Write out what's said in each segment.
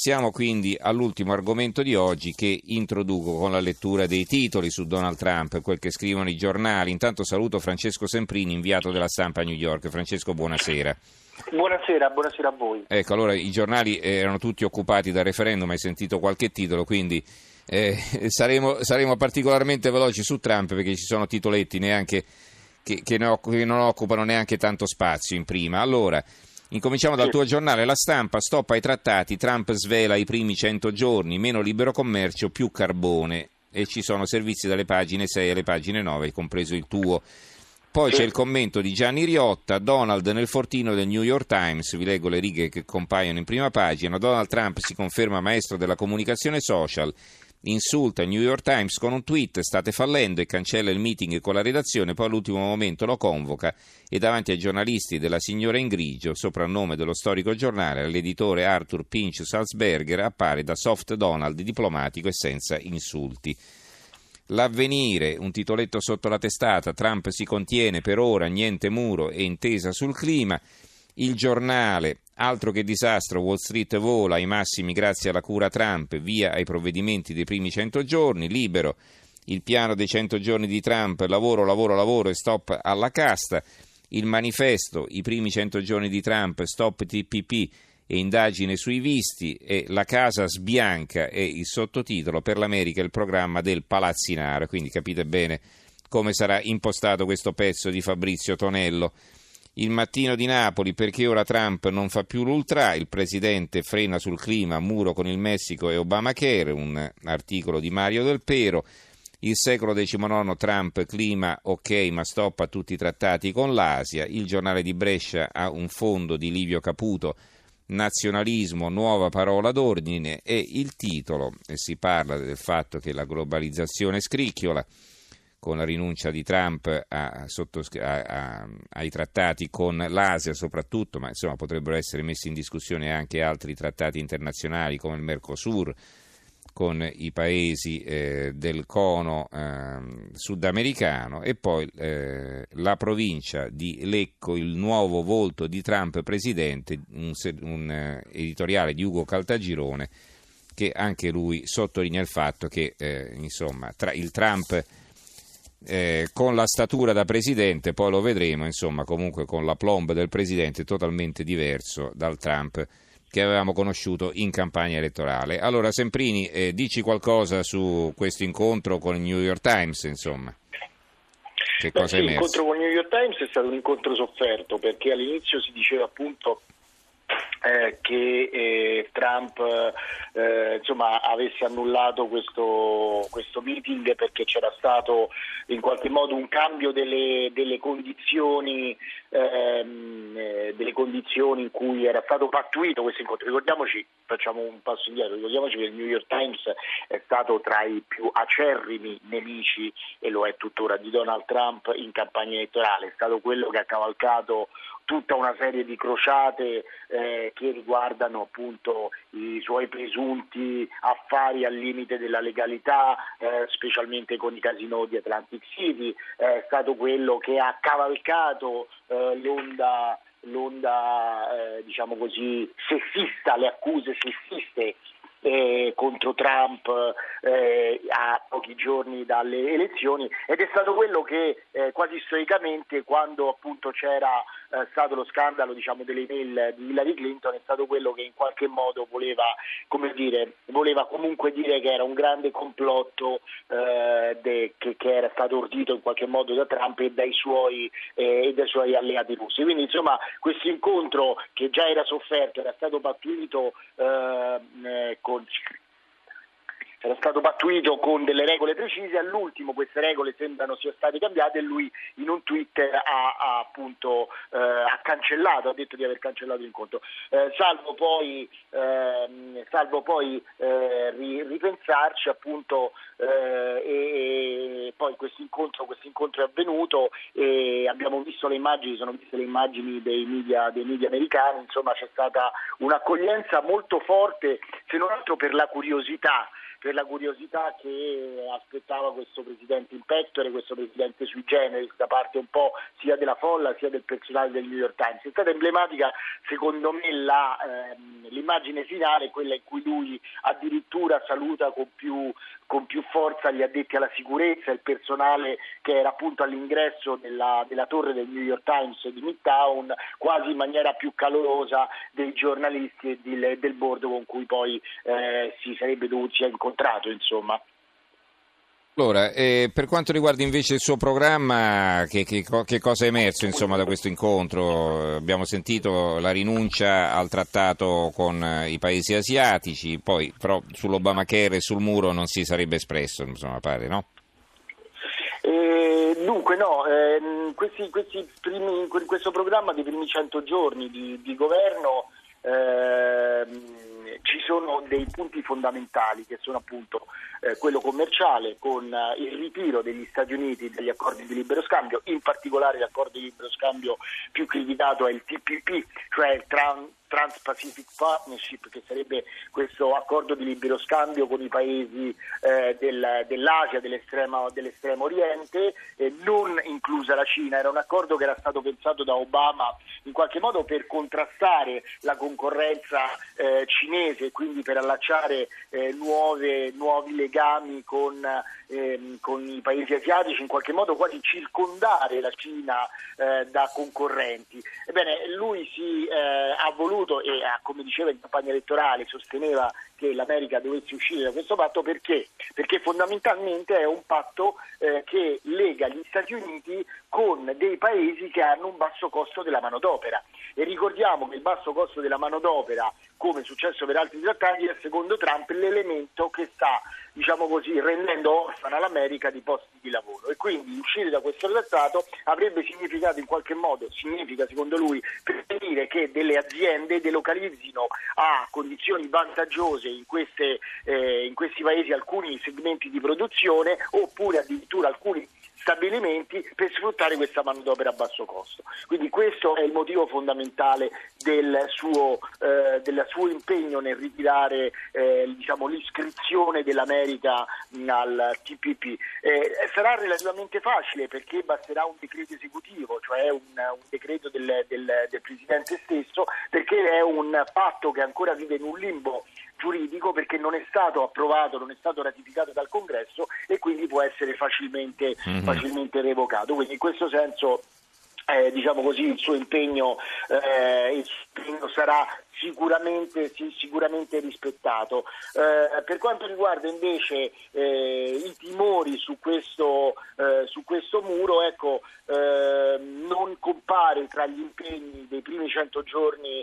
Passiamo quindi all'ultimo argomento di oggi, che introduco con la lettura dei titoli su Donald Trump, quel che scrivono i giornali. Intanto saluto Francesco Semprini, inviato della Stampa a New York. Francesco, buonasera. Buonasera a voi. Ecco, allora i giornali erano tutti occupati dal referendum, hai sentito qualche titolo, quindi saremo particolarmente veloci su Trump, perché ci sono titoletti neanche che non occupano neanche tanto spazio in prima. Allora, incominciamo dal tuo giornale, La Stampa. Stop ai trattati, Trump svela i primi 100 giorni, meno libero commercio, più carbone, e ci sono servizi dalle pagine 6 alle pagine 9, compreso il tuo. Poi c'è il commento di Gianni Riotta, Donald nel fortino del New York Times, vi leggo le righe che compaiono in prima pagina. Donald Trump si conferma maestro della comunicazione social, insulta il New York Times con un tweet, state fallendo, e cancella il meeting con la redazione, poi all'ultimo momento lo convoca e davanti ai giornalisti della Signora in grigio, soprannome dello storico giornale, l'editore Arthur Pinch Salzberger appare da soft Donald, diplomatico e senza insulti. L'Avvenire, un titoletto sotto la testata, Trump si contiene per ora, niente muro e intesa sul clima. Il Giornale, altro che disastro, Wall Street vola ai massimi grazie alla cura Trump, via ai provvedimenti dei primi 100 giorni. Libero, il piano dei 100 giorni di Trump, lavoro e stop alla casta. Il Manifesto, i primi 100 giorni di Trump, stop TPP e indagine sui visti, e La Casa sbianca è il sottotitolo, per l'America il programma del palazzinaro, quindi capite bene come sarà impostato questo pezzo di Fabrizio Tonello. Il Mattino di Napoli, perché ora Trump non fa più l'ultra, il presidente frena sul clima, muro con il Messico e Obamacare, un articolo di Mario Del Pero. Il Secolo XIX, Trump, clima ok ma stop a tutti i trattati con l'Asia. Il Giornale di Brescia ha un fondo di Livio Caputo, nazionalismo, nuova parola d'ordine, e il titolo, si parla del fatto che la globalizzazione scricchiola, con la rinuncia di Trump ai trattati con l'Asia soprattutto, ma insomma potrebbero essere messi in discussione anche altri trattati internazionali come il Mercosur, con i paesi del cono sudamericano. E poi la provincia di Lecco, il nuovo volto di Trump presidente, un editoriale di Ugo Caltagirone, che anche lui sottolinea il fatto che insomma il Trump con la statura da presidente, poi lo vedremo, insomma comunque con l'aplomb del presidente, totalmente diverso dal Trump che avevamo conosciuto in campagna elettorale. Allora Semprini, dici qualcosa su questo incontro con il New York Times, insomma? Che cosa è emerso? L'incontro con il New York Times è stato un incontro sofferto, perché all'inizio si diceva appunto che Trump insomma avesse annullato questo meeting perché c'era stato in qualche modo un cambio delle condizioni in cui era stato pattuito questo incontro. Ricordiamoci, facciamo un passo indietro, ricordiamoci che il New York Times è stato tra i più acerrimi nemici, e lo è tuttora, di Donald Trump in campagna elettorale. È stato quello che ha cavalcato tutta una serie di crociate che riguardano appunto i suoi presunti affari al limite della legalità, specialmente con i casinò di Atlantic City. È stato quello che ha cavalcato l'onda diciamo così sessista, le accuse sessiste contro Trump a pochi giorni dalle elezioni, ed è stato quello che quasi storicamente, quando appunto c'era stato lo scandalo diciamo delle email di Hillary Clinton, è stato quello che in qualche modo voleva comunque dire che era un grande complotto che era stato ordito in qualche modo da Trump e dai suoi alleati russi. Quindi insomma questo incontro, che già era sofferto, era stato pattuito con delle regole precise. All'ultimo queste regole sembrano siano state cambiate, e lui in un Twitter ha cancellato, ha detto di aver cancellato l'incontro, salvo poi ripensarci appunto, e poi questo incontro è avvenuto e abbiamo visto sono viste le immagini dei media americani. Insomma c'è stata un'accoglienza molto forte, se non altro per la curiosità che aspettava questo presidente in pectore, questo presidente sui generis, da parte un po' sia della folla sia del personale del New York Times. È stata emblematica secondo me l'immagine finale, quella in cui lui addirittura saluta con più forza gli addetti alla sicurezza, il personale che era appunto all'ingresso della torre del New York Times di Midtown, quasi in maniera più calorosa dei giornalisti e del board con cui poi si è incontrato, insomma. Allora, per quanto riguarda invece il suo programma, che cosa è emerso insomma da questo incontro? Abbiamo sentito la rinuncia al trattato con i paesi asiatici, poi però sull'Obamacare e sul muro non si sarebbe espresso, insomma, pare, no? Dunque no, in questo programma dei primi 100 giorni di governo ci sono dei punti fondamentali che sono appunto quello commerciale, con il ritiro degli Stati Uniti dagli accordi di libero scambio, in particolare l'accordo di libero scambio più criticato è il TPP, cioè il Trans-Pacific Partnership, che sarebbe questo accordo di libero scambio con i paesi dell'Asia, dell'estremo oriente, non inclusa la Cina. Era un accordo che era stato pensato da Obama in qualche modo per contrastare la concorrenza cinese, quindi per allacciare nuovi legami con i paesi asiatici, in qualche modo quasi circondare la Cina da concorrenti. Ebbene, lui ha voluto e come diceva in campagna elettorale sosteneva che l'America dovesse uscire da questo patto. Perché fondamentalmente è un patto che lega gli Stati Uniti con dei paesi che hanno un basso costo della manodopera, e ricordiamo che il basso costo della manodopera, come è successo per altri trattati, è secondo Trump l'elemento che sta, diciamo così, rendendo orfana l'America di posti di lavoro, e quindi uscire da questo trattato avrebbe significato in qualche modo, significa secondo lui, prevenire che delle aziende delocalizzino a condizioni vantaggiose in questi paesi alcuni segmenti di produzione, oppure addirittura alcuni stabilimenti, per sfruttare questa manodopera a basso costo. Quindi questo è il motivo fondamentale del suo impegno nel ritirare l'iscrizione dell'America al TPP. Sarà relativamente facile, perché basterà un decreto esecutivo, cioè un decreto del Presidente stesso, perché è un patto che ancora vive in un limbo giuridico, perché non è stato approvato, non è stato ratificato dal Congresso, e quindi può essere facilmente revocato. Quindi in questo senso diciamo così il suo impegno sarà sicuramente rispettato. Per quanto riguarda invece i timori su questo muro, ecco, non compare tra gli impegni dei primi 100 giorni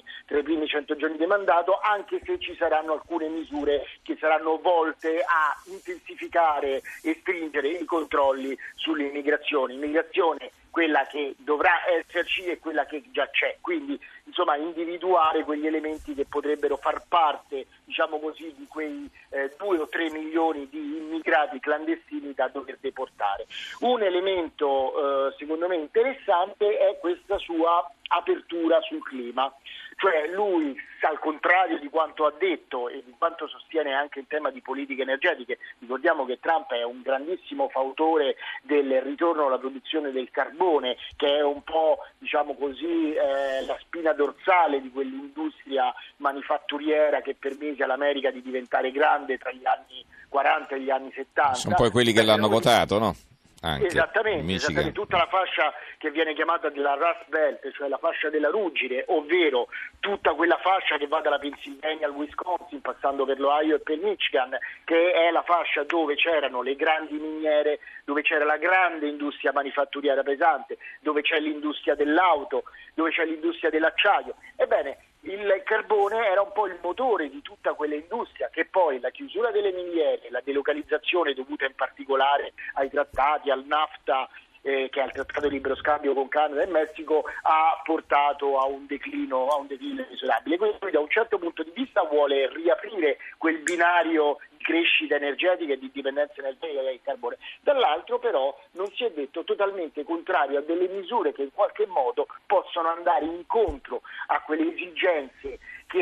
di mandato, anche se ci saranno alcune misure che saranno volte a intensificare e stringere i controlli sull'immigrazione. Immigrazione quella che dovrà esserci e quella che già c'è, quindi insomma individuare quegli elementi che potrebbero far parte, diciamo così, di quei 2 o 3 milioni di immigrati clandestini da dover deportare. Un elemento secondo me interessante è questa sua apertura sul clima, cioè lui, al contrario di quanto ha detto e di quanto sostiene anche in tema di politiche energetiche, ricordiamo che Trump è un grandissimo fautore del ritorno alla produzione del carbone, che è un po', diciamo così, la spina dorsale di quell'industria manifatturiera che permise all'America di diventare grande tra gli anni 40 e gli anni 70. Sono poi quelli che l'hanno votato, no? Anche. Esattamente, tutta la fascia che viene chiamata della Rust Belt, cioè la fascia della ruggine, ovvero tutta quella fascia che va dalla Pennsylvania al Wisconsin, passando per l'Ohio e per il Michigan, che è la fascia dove c'erano le grandi miniere, dove c'era la grande industria manifatturiera pesante, dove c'è l'industria dell'auto, dove c'è l'industria dell'acciaio. Ebbene, il carbone era un po' il motore di tutta quella industria, che poi la chiusura delle miniere, la delocalizzazione dovuta in particolare ai trattati, al NAFTA, che è il trattato di libero scambio con Canada e Messico, ha portato a un declino inesorabile. Quindi da un certo punto di vista vuole riaprire quel binario di crescita energetica e di dipendenza energetica che è il carbone. Dall'altro però non si è detto totalmente contrario a delle misure che in qualche modo possono andare incontro a quelle esigenze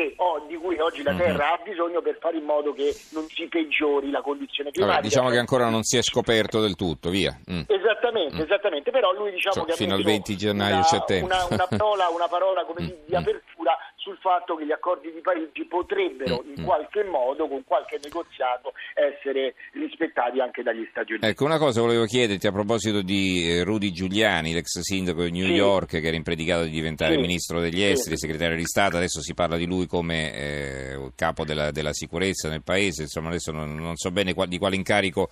di cui oggi la Terra ha bisogno per fare in modo che non si peggiori la condizione climatica. Diciamo che ancora non si è scoperto del tutto, via. Esattamente, però lui, diciamo, che ha fino al 20 gennaio-settembre una parola come di apertura sul fatto che gli accordi di Parigi potrebbero in qualche modo, con qualche negoziato, essere rispettati anche dagli Stati Uniti. Ecco, una cosa volevo chiederti a proposito di Rudy Giuliani, l'ex sindaco di New York, che era impredicato di diventare ministro degli esteri, segretario di Stato. Adesso si parla di lui come capo della sicurezza nel paese. Insomma, adesso non so bene di quale incarico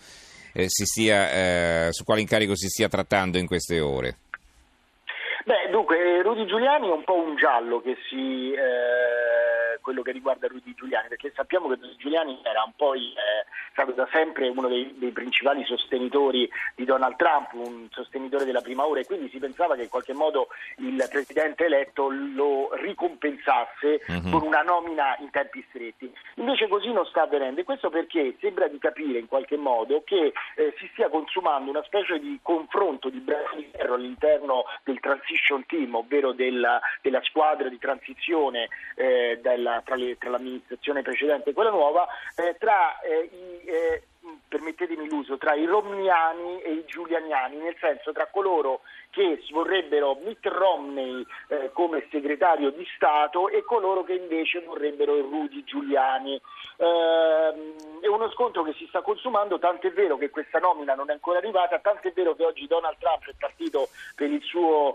su quale incarico si stia trattando in queste ore. Dunque, Rudy Giuliani è un po' un giallo quello che riguarda Rudy Giuliani, perché sappiamo che Rudy Giuliani era stato da sempre uno dei principali sostenitori di Donald Trump, un sostenitore della prima ora, e quindi si pensava che in qualche modo il presidente eletto lo ricompensasse con una nomina in tempi stretti. Invece così non sta avvenendo, e questo perché sembra di capire in qualche modo che si stia consumando una specie di confronto di braci di ferro all'interno del transition team, ovvero della squadra di transizione tra l'amministrazione precedente e quella nuova, permettetemi l'uso, tra i romniani e i giulianiani, nel senso tra coloro che vorrebbero Mitt Romney come segretario di Stato e coloro che invece vorrebbero il Rudy Giuliani. È uno scontro che si sta consumando, tant'è vero che questa nomina non è ancora arrivata, tant'è vero che oggi Donald Trump è partito per il suo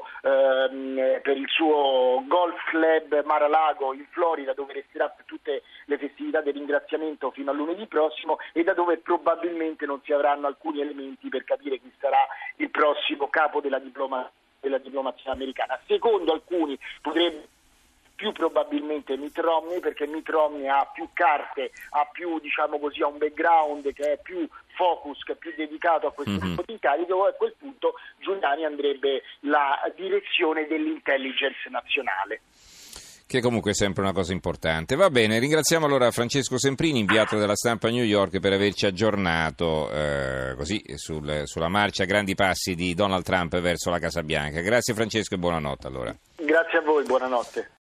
golf club Mar-a-Lago in Florida, dove resterà per tutte le festività del ringraziamento fino a lunedì prossimo, e da dove probabilmente non si avranno alcuni elementi per capire chi sarà il prossimo capo della diplomazia americana. Secondo alcuni potrebbe più probabilmente Mitt Romney, perché Mitt Romney ha più carte, ha più, ha un background che è più focus, che è più dedicato a questo tipo di incarico, e a quel punto Giuliani andrebbe la direzione dell'intelligence nazionale. Che comunque è sempre una cosa importante. Va bene, ringraziamo allora Francesco Semprini, inviato della Stampa a New York, per averci aggiornato sulla marcia a grandi passi di Donald Trump verso la Casa Bianca. Grazie Francesco e buonanotte allora. Grazie a voi, buonanotte.